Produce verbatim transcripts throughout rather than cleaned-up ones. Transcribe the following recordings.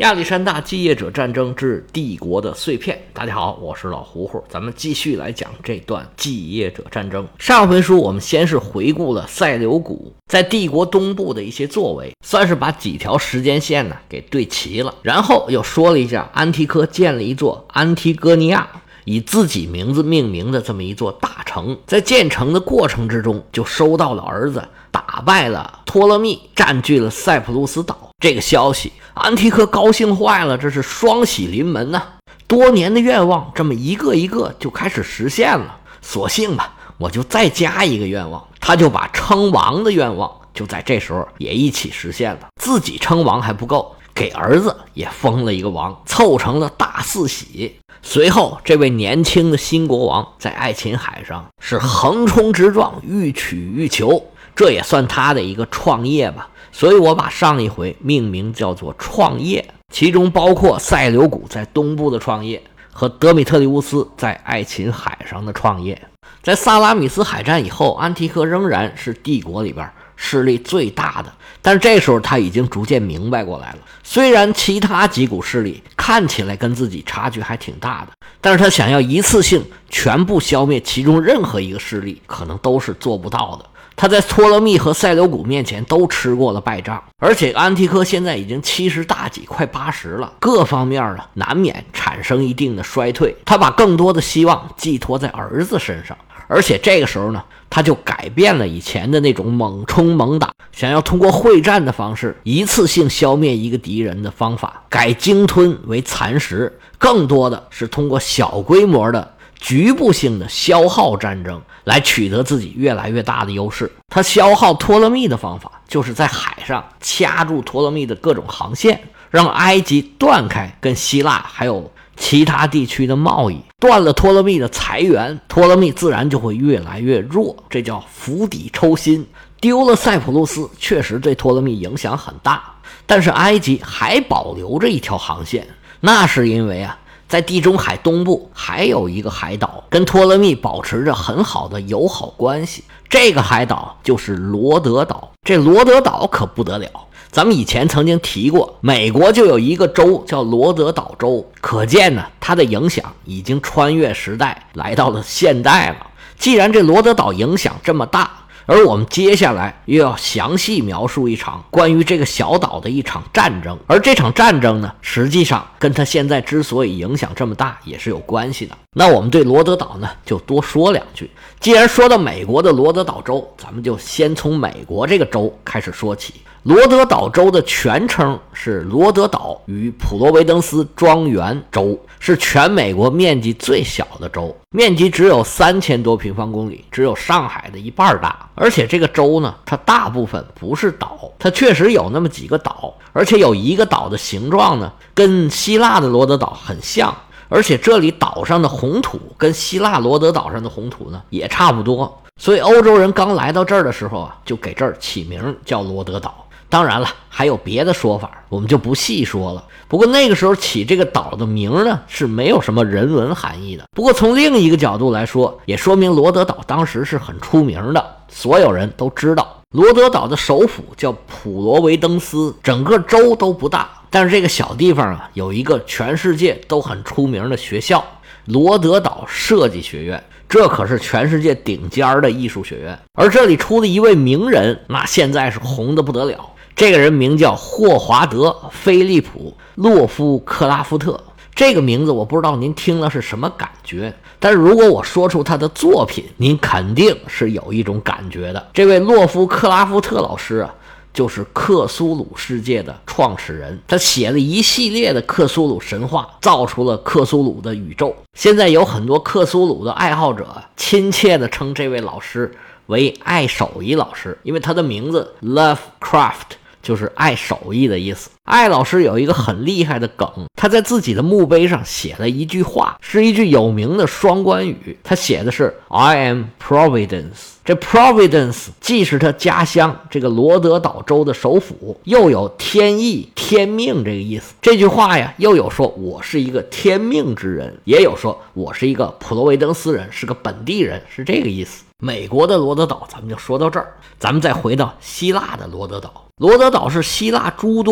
亚历山大继业者战争之帝国的碎片。大家好，我是老胡胡，咱们继续来讲这段继业者战争。上回书我们先是回顾了塞琉古在帝国东部的一些作为，算是把几条时间线呢给对齐了，然后又说了一下安提柯建了一座安提戈尼亚，以自己名字命名的这么一座大城，在建成的过程之中就收到了儿子打败了托勒密，占据了塞浦路斯岛这个消息。安提柯高兴坏了，这是双喜临门啊，多年的愿望这么一个一个就开始实现了，索性吧我就再加一个愿望，他就把称王的愿望就在这时候也一起实现了。自己称王还不够，给儿子也封了一个王，凑成了大四喜。随后这位年轻的新国王在爱琴海上是横冲直撞，欲取欲求，这也算他的一个创业吧。所以我把上一回命名叫做创业，其中包括塞琉古在东部的创业和德米特里乌斯在爱琴海上的创业。在萨拉米斯海战以后，安提柯仍然是帝国里边势力最大的，但是这时候他已经逐渐明白过来了，虽然其他几股势力看起来跟自己差距还挺大的，但是他想要一次性全部消灭其中任何一个势力可能都是做不到的。他在托勒密和塞琉古面前都吃过了败仗，而且安提柯现在已经七十大几快八十了，各方面啊难免产生一定的衰退。他把更多的希望寄托在儿子身上，而且这个时候呢他就改变了以前的那种猛冲猛打，想要通过会战的方式一次性消灭一个敌人的方法，改鲸吞为蚕食，更多的是通过小规模的局部性的消耗战争来取得自己越来越大的优势。他消耗托勒密的方法就是在海上掐住托勒密的各种航线，让埃及断开跟希腊还有其他地区的贸易，断了托勒密的财源，托勒密自然就会越来越弱，这叫釜底抽薪。丢了塞浦路斯确实对托勒密影响很大，但是埃及还保留着一条航线，那是因为啊在地中海东部还有一个海岛跟托勒密保持着很好的友好关系，这个海岛就是罗德岛。这罗德岛可不得了，咱们以前曾经提过，美国就有一个州叫罗德岛州，可见呢它的影响已经穿越时代来到了现代了。既然这罗德岛影响这么大，而我们接下来又要详细描述一场关于这个小岛的一场战争，而这场战争呢实际上跟它现在之所以影响这么大也是有关系的。那我们对罗德岛呢就多说两句。既然说到美国的罗德岛州，咱们就先从美国这个州开始说起。罗德岛州的全称是罗德岛与普罗维登斯庄园州，是全美国面积最小的州，面积只有三千多平方公里，只有上海的一半大。而且这个州呢它大部分不是岛，它确实有那么几个岛，而且有一个岛的形状呢跟希腊的罗德岛很像，而且这里岛上的红土跟希腊罗德岛上的红土呢也差不多，所以欧洲人刚来到这儿的时候啊就给这儿起名叫罗德岛。当然了还有别的说法，我们就不细说了。不过那个时候起这个岛的名呢是没有什么人文含义的。不过从另一个角度来说，也说明罗德岛当时是很出名的，所有人都知道。罗德岛的首府叫普罗维登斯，整个州都不大，但是这个小地方啊有一个全世界都很出名的学校，罗德岛设计学院，这可是全世界顶尖的艺术学院。而这里出的一位名人，那现在是红得不得了，这个人名叫霍华德·菲利普·洛夫克拉夫特。这个名字我不知道您听了是什么感觉，但是如果我说出他的作品，您肯定是有一种感觉的。这位洛夫克拉夫特老师啊就是克苏鲁世界的创始人，他写了一系列的克苏鲁神话，造出了克苏鲁的宇宙。现在有很多克苏鲁的爱好者亲切地称这位老师为爱手艺老师，因为他的名字 Lovecraft 就是爱手艺的意思。艾老师有一个很厉害的梗，他在自己的墓碑上写了一句话，是一句有名的双关语，他写的是 I am Providence。 这 Providence 既是他家乡这个罗德岛州的首府，又有天意天命这个意思。这句话呀又有说我是一个天命之人，也有说我是一个普罗维登斯人，是个本地人，是这个意思。美国的罗德岛咱们就说到这儿，咱们再回到希腊的罗德岛。罗德岛是希腊诸多小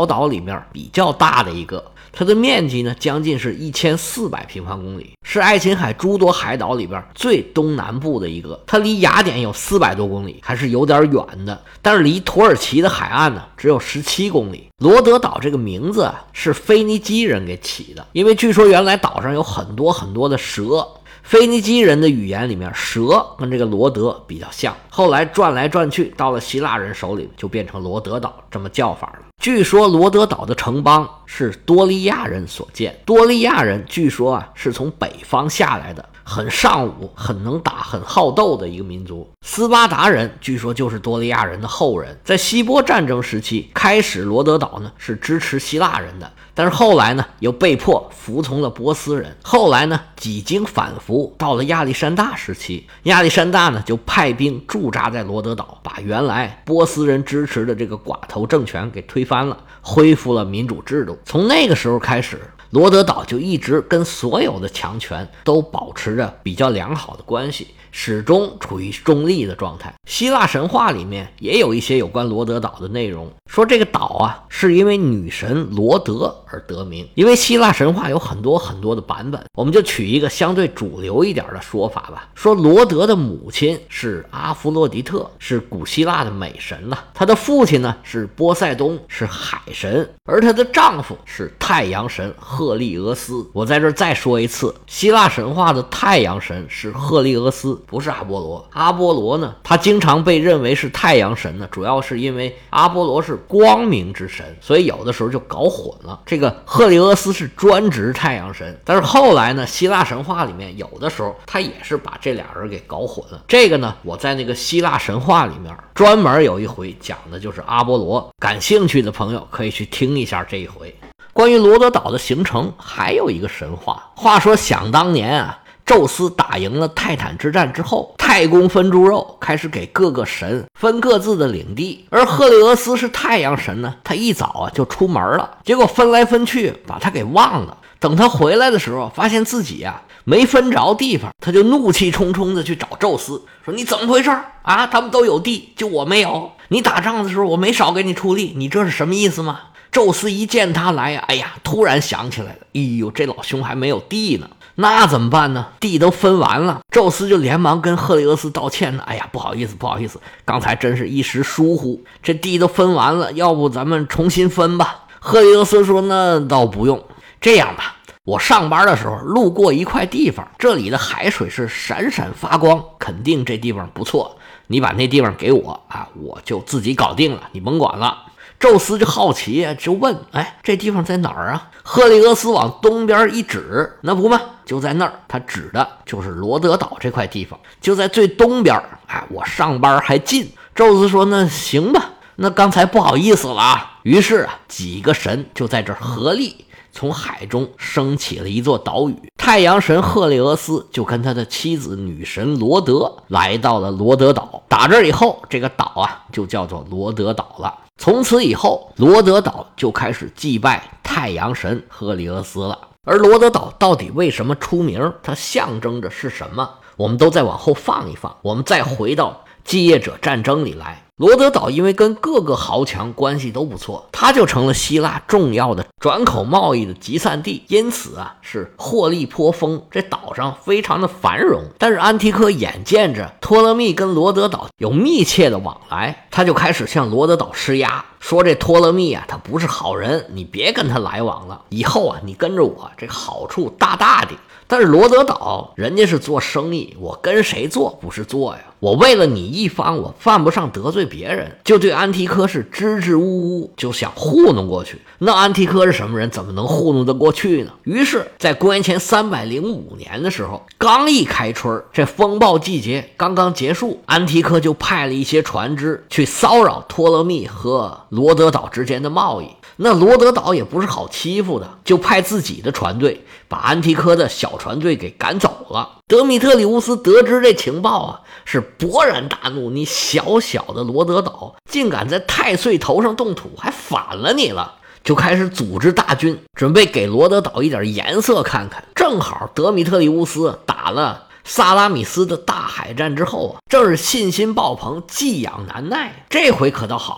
岛里面比较大的一个，它的面积呢将近是一千四百平方公里，是爱琴海诸多海岛里边最东南部的一个。它离雅典有四百多公里，还是有点远的，但是离土耳其的海岸呢只有十七公里。罗德岛这个名字啊是腓尼基人给起的，因为据说原来岛上有很多很多的蛇，腓尼基人的语言里面蛇跟这个罗德比较像，后来转来转去到了希腊人手里就变成罗德岛这么叫法了。据说罗德岛的城邦是多利亚人所建，多利亚人据说啊是从北方下来的，很尚武，很能打，很好斗的一个民族。斯巴达人据说就是多利亚人的后人。在希波战争时期，开始罗德岛呢是支持希腊人的，但是后来呢又被迫服从了波斯人。后来呢几经反复，到了亚历山大时期，亚历山大呢就派兵驻扎在罗德岛，把原来波斯人支持的这个寡头政权给推翻了，恢复了民主制度。从那个时候开始，罗德岛就一直跟所有的强权都保持着比较良好的关系，始终处于中立的状态。希腊神话里面也有一些有关罗德岛的内容，说这个岛啊是因为女神罗德而得名。因为希腊神话有很多很多的版本，我们就取一个相对主流一点的说法吧。说罗德的母亲是阿弗洛狄特，是古希腊的美神了，她的父亲呢是波塞冬，是海神，而她的丈夫是太阳神赫利俄斯。我在这儿再说一次，希腊神话的太阳神是赫利俄斯，不是阿波罗。阿波罗呢，他经常被认为是太阳神呢，主要是因为阿波罗是光明之神，所以有的时候就搞混了。这个赫利俄斯是专职太阳神，但是后来呢，希腊神话里面有的时候他也是把这俩人给搞混了。这个呢，我在那个希腊神话里面专门有一回讲的就是阿波罗，感兴趣的朋友可以去听一下这一回。关于罗德岛的形成还有一个神话，话说想当年啊，宙斯打赢了泰坦之战之后，太公分猪肉，开始给各个神分各自的领地。而赫利俄斯是太阳神呢，他一早啊就出门了，结果分来分去把他给忘了。等他回来的时候，发现自己啊没分着地方，他就怒气冲冲的去找宙斯，说你怎么回事啊？他们都有地，就我没有。你打仗的时候我没少给你出力，你这是什么意思吗？宙斯一见他来呀，哎呀，突然想起来了，哎呦，这老兄还没有地呢，那怎么办呢？地都分完了。宙斯就连忙跟赫利俄斯道歉呢，哎呀，不好意思不好意思，刚才真是一时疏忽，这地都分完了，要不咱们重新分吧。赫利俄斯说那倒不用，这样吧，我上班的时候路过一块地方，这里的海水是闪闪发光，肯定这地方不错，你把那地方给我啊，我就自己搞定了，你甭管了。宙斯就好奇啊，就问，哎，这地方在哪儿啊？赫利俄斯往东边一指，那不嘛，就在那儿。他指的就是罗德岛这块地方，就在最东边。哎，我上班还近。宙斯说，那行吧，那刚才不好意思了啊。于是啊，几个神就在这儿合力从海中升起了一座岛屿。太阳神赫利俄斯就跟他的妻子女神罗德来到了罗德岛。打这以后，这个岛啊就叫做罗德岛了。从此以后，罗德岛就开始祭拜太阳神赫利俄斯了。而罗德岛到底为什么出名，它象征着是什么，我们都再往后放一放，我们再回到继业者战争里来。罗德岛因为跟各个豪强关系都不错，它就成了希腊重要的转口贸易的集散地，因此啊是获利颇丰，这岛上非常的繁荣。但是安提柯眼见着托勒密跟罗德岛有密切的往来，他就开始向罗德岛施压，说这托勒密啊他不是好人，你别跟他来往了，以后啊你跟着我，这好处大大的。但是罗德岛人家是做生意，我跟谁做不是做呀？我为了你一方，我犯不上得罪别人，就对安提柯是支支吾吾，就想糊弄过去。那安提柯是什么人，怎么能糊弄得过去呢？于是在公元前三百零五年的时候，刚一开春，这风暴季节刚刚结束，安提柯就派了一些船只去骚扰托勒密和罗德岛之间的贸易。那罗德岛也不是好欺负的，就派自己的船队把安提柯的小船队给赶走了。德米特里乌斯得知这情报啊，是勃然大怒，你小小的罗德岛竟敢在太岁头上动土，还反了你了，就开始组织大军，准备给罗德岛一点颜色看看。正好德米特里乌斯打了萨拉米斯的大海战之后啊，正是信心爆棚，技痒难耐。这回可倒好，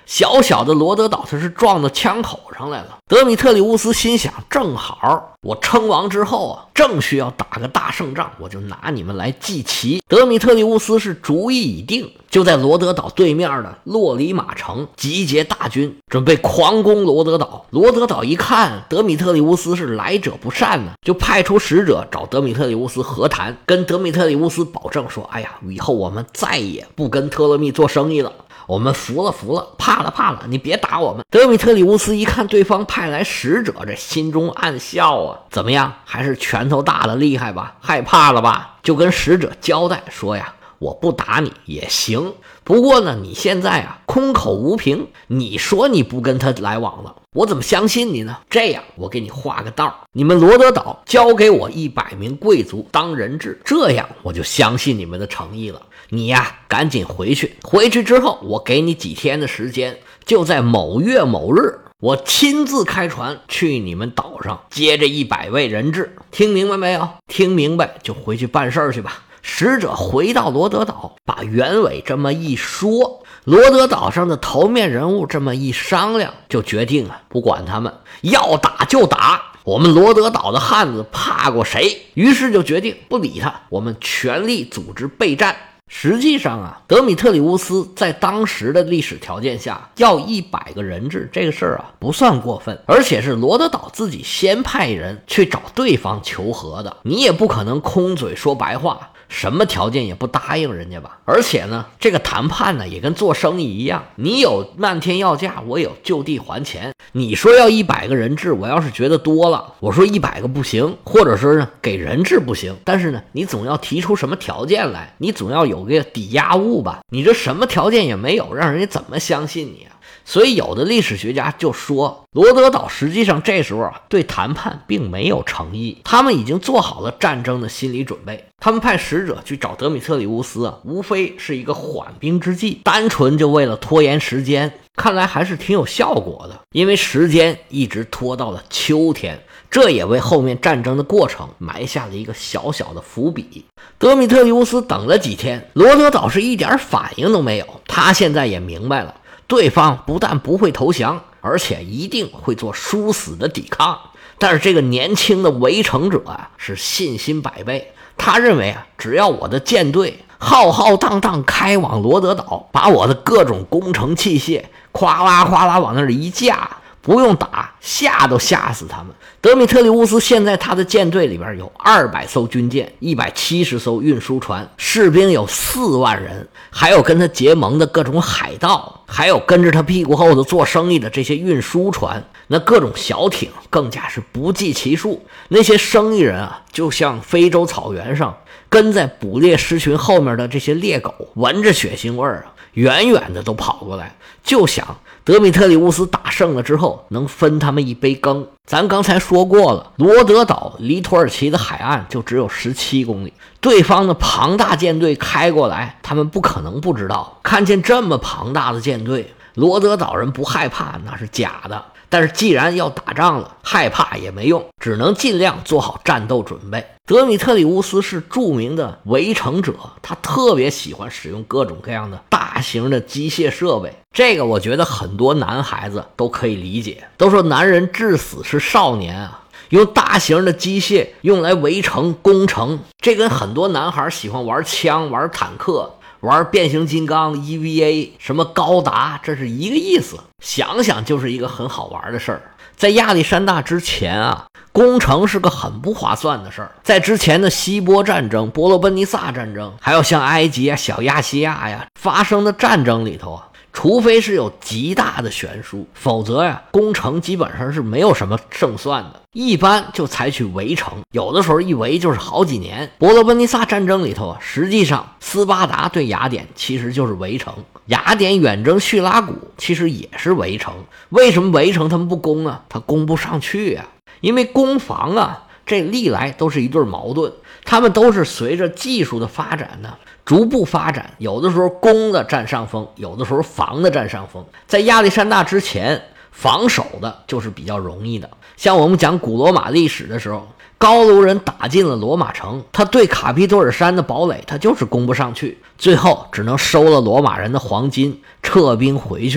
小小的罗德岛他是撞到枪口上来了。德米特里乌斯心想，正好我称王之后啊，正需要打个大胜仗，我就拿你们来祭旗。德米特里乌斯是主意已定，就在罗德岛对面的洛里马城集结大军，准备狂攻罗德岛。罗德岛一看德米特里乌斯是来者不善呢，就派出使者找德米特里乌斯和谈，跟德米特里乌斯保证说，哎呀，以后我们再也不跟特勒密做生意了，我们服了服了，怕了怕了，你别打我们。德米特里乌斯一看对方派来使者，这心中暗笑啊，怎么样，还是拳头大的厉害吧，害怕了吧？就跟使者交代说呀，我不打你也行，不过呢，你现在啊空口无凭，你说你不跟他来往了，我怎么相信你呢？这样，我给你画个道，你们罗德岛交给我一百名贵族当人质，这样我就相信你们的诚意了。你呀，赶紧回去，回去之后，我给你几天的时间，就在某月某日，我亲自开船去你们岛上接这一百位人质。听明白没有？听明白就回去办事儿去吧。使者回到罗德岛，把原委这么一说，罗德岛上的头面人物这么一商量，就决定啊，不管他们，要打就打，我们罗德岛的汉子怕过谁？于是就决定不理他，我们全力组织备战。实际上啊，德米特里乌斯在当时的历史条件下要一百个人质，这个事儿啊不算过分，而且是罗德岛自己先派人去找对方求和的，你也不可能空嘴说白话，什么条件也不答应人家吧。而且呢，这个谈判呢也跟做生意一样，你有漫天要价，我有就地还钱。你说要一百个人质，我要是觉得多了，我说一百个不行，或者说呢给人质不行，但是呢你总要提出什么条件来，你总要有个抵押物吧，你这什么条件也没有，让人家怎么相信你啊？所以有的历史学家就说，罗德岛实际上这时候啊对谈判并没有诚意，他们已经做好了战争的心理准备。他们派使者去找德米特里乌斯啊，无非是一个缓兵之计，单纯就为了拖延时间，看来还是挺有效果的，因为时间一直拖到了秋天，这也为后面战争的过程埋下了一个小小的伏笔。德米特里乌斯等了几天，罗德岛是一点反应都没有，他现在也明白了，对方不但不会投降，而且一定会做殊死的抵抗。但是这个年轻的围城者啊，是信心百倍，他认为啊，只要我的舰队浩浩荡荡开往罗德岛，把我的各种工程器械夸啦夸啦往那儿一架，不用打，吓都吓死他们。德米特里乌斯现在他的舰队里边有二百艘军舰，一百七十艘运输船，士兵有四万人，还有跟他结盟的各种海盗，还有跟着他屁股后头做生意的这些运输船，那各种小艇更加是不计其数。那些生意人啊，就像非洲草原上跟在捕猎狮群后面的这些猎狗，闻着血腥味儿啊，远远的都跑过来，就想德米特里乌斯打胜了之后能分他们一杯羹。咱刚才说过了，罗德岛离土耳其的海岸就只有十七公里，对方的庞大舰队开过来，他们不可能不知道。看见这么庞大的舰队，罗德岛人不害怕那是假的，但是既然要打仗了，害怕也没用，只能尽量做好战斗准备。德米特里乌斯是著名的围城者，他特别喜欢使用各种各样的大型的机械设备，这个我觉得很多男孩子都可以理解。都说男人至死是少年啊，用大型的机械用来围城攻城，这跟很多男孩喜欢玩枪玩坦克玩变形金刚 E V A 什么高达，这是一个意思，想想就是一个很好玩的事儿。在亚历山大之前啊，攻城是个很不划算的事儿。在之前的希波战争、波罗奔尼撒战争，还有像埃及啊、小亚细亚呀发生的战争里头啊，除非是有极大的悬殊，否则呀，攻城基本上是没有什么胜算的。一般就采取围城，有的时候一围就是好几年。伯罗奔尼撒战争里头啊，实际上斯巴达对雅典其实就是围城，雅典远征叙拉古其实也是围城。为什么围城他们不攻啊？他攻不上去啊，因为攻防啊，这历来都是一对矛盾，他们都是随着技术的发展呢逐步发展，有的时候攻的占上风，有的时候防的占上风。在亚历山大之前，防守的就是比较容易的。像我们讲古罗马历史的时候，高卢人打进了罗马城，他对卡皮多尔山的堡垒他就是攻不上去，最后只能收了罗马人的黄金，撤兵回去了。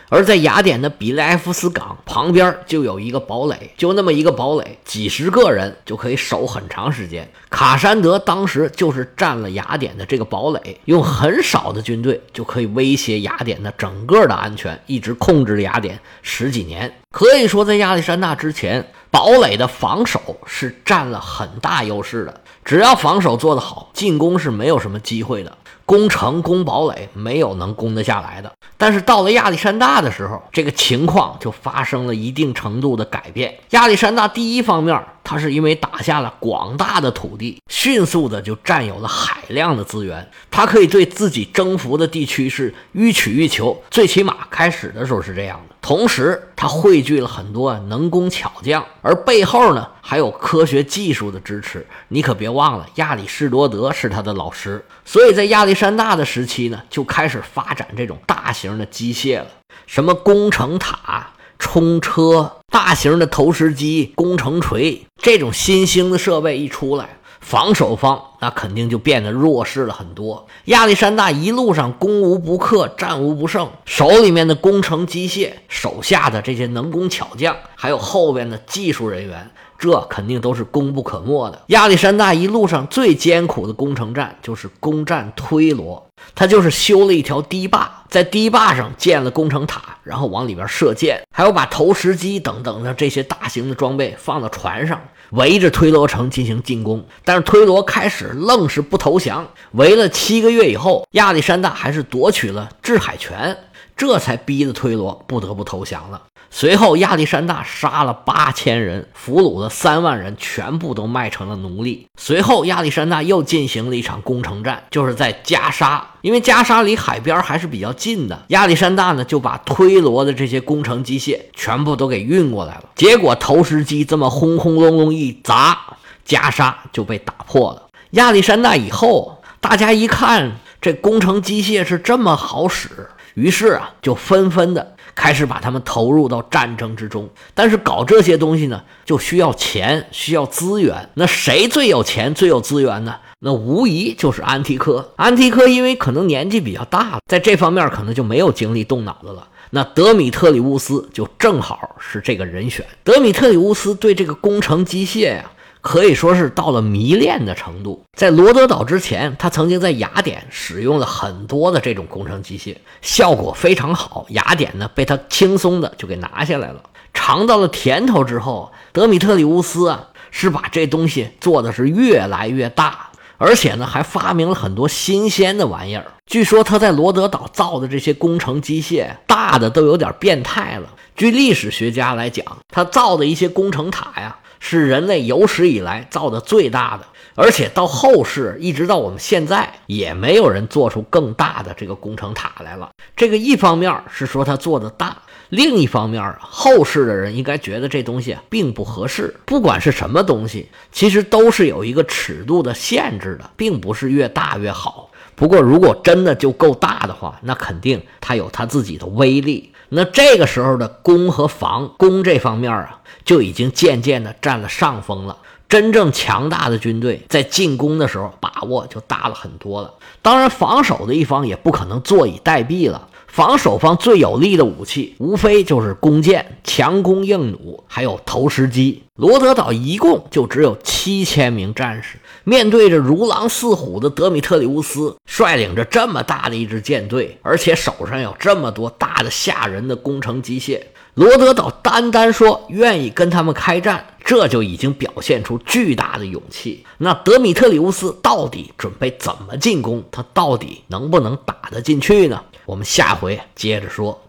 而在雅典的比雷埃夫斯港旁边就有一个堡垒，就那么一个堡垒，几十个人就可以守很长时间。卡珊德当时就是占了雅典的这个堡垒，用很少的军队就可以威胁雅典的整个的安全，一直控制雅典十几年。可以说在亚历山大之前，堡垒的防守是占了很大优势的，只要防守做得好，进攻是没有什么机会的。攻城攻堡垒没有能攻得下来的。但是到了亚历山大的时候，这个情况就发生了一定程度的改变。亚历山大第一方面，他是因为打下了广大的土地，迅速的就占有了海量的资源，他可以对自己征服的地区是予取予求，最起码开始的时候是这样的。同时他汇聚了很多能工巧匠，而背后呢还有科学技术的支持。你可别忘了亚里士多德是他的老师，所以在亚历山大的时期呢，就开始发展这种大型的机械了，什么工程塔、冲车、大型的投石机、工程锤，这种新兴的设备一出来，防守方那肯定就变得弱势了很多。亚历山大一路上攻无不克，战无不胜，手里面的工程机械，手下的这些能工巧匠，还有后边的技术人员，这肯定都是功不可没的。亚历山大一路上最艰苦的攻城战就是攻占推罗，他就是修了一条堤坝，在堤坝上建了工程塔，然后往里边射箭，还有把投石机等等的这些大型的装备放到船上，围着推罗城进行进攻。但是推罗开始愣是不投降，围了七个月以后，亚历山大还是夺取了制海权，这才逼得推罗不得不投降了。随后亚历山大杀了八千人，俘虏了三万人，全部都卖成了奴隶。随后亚历山大又进行了一场攻城战，就是在加沙，因为加沙离海边还是比较近的，亚历山大呢就把推罗的这些工程机械全部都给运过来了。结果投石机这么轰轰隆隆一砸，加沙就被打破了。亚历山大以后，大家一看这工程机械是这么好使，于是啊就纷纷的开始把他们投入到战争之中。但是搞这些东西呢，就需要钱，需要资源。那谁最有钱最有资源呢？那无疑就是安提柯。安提柯因为可能年纪比较大，在这方面可能就没有精力动脑子了，那德米特里乌斯就正好是这个人选。德米特里乌斯对这个工程机械呀、啊可以说是到了迷恋的程度。在罗德岛之前，他曾经在雅典使用了很多的这种工程机械，效果非常好，雅典呢被他轻松的就给拿下来了。尝到了甜头之后，德米特里乌斯啊是把这东西做的是越来越大，而且呢还发明了很多新鲜的玩意儿。据说他在罗德岛造的这些工程机械大的都有点变态了。据历史学家来讲，他造的一些工程塔呀是人类有史以来造的最大的，而且到后世一直到我们现在也没有人做出更大的这个工程塔来了。这个一方面是说他做的大，另一方面后世的人应该觉得这东西并不合适。不管是什么东西，其实都是有一个尺度的限制的，并不是越大越好。不过如果真的就够大的话，那肯定它有它自己的威力。那这个时候的攻和防，攻这方面啊就已经渐渐的占了上风了。真正强大的军队在进攻的时候把握就大了很多了。当然防守的一方也不可能坐以待毙了，防守方最有力的武器无非就是弓箭、强弓硬弩还有投石机。罗德岛一共就只有七千名战士，面对着如狼似虎的德米特里乌斯，率领着这么大的一支舰队，而且手上有这么多大的吓人的工程机械，罗德岛单单说愿意跟他们开战，这就已经表现出巨大的勇气。那德米特里乌斯到底准备怎么进攻？他到底能不能打得进去呢？我们下回接着说。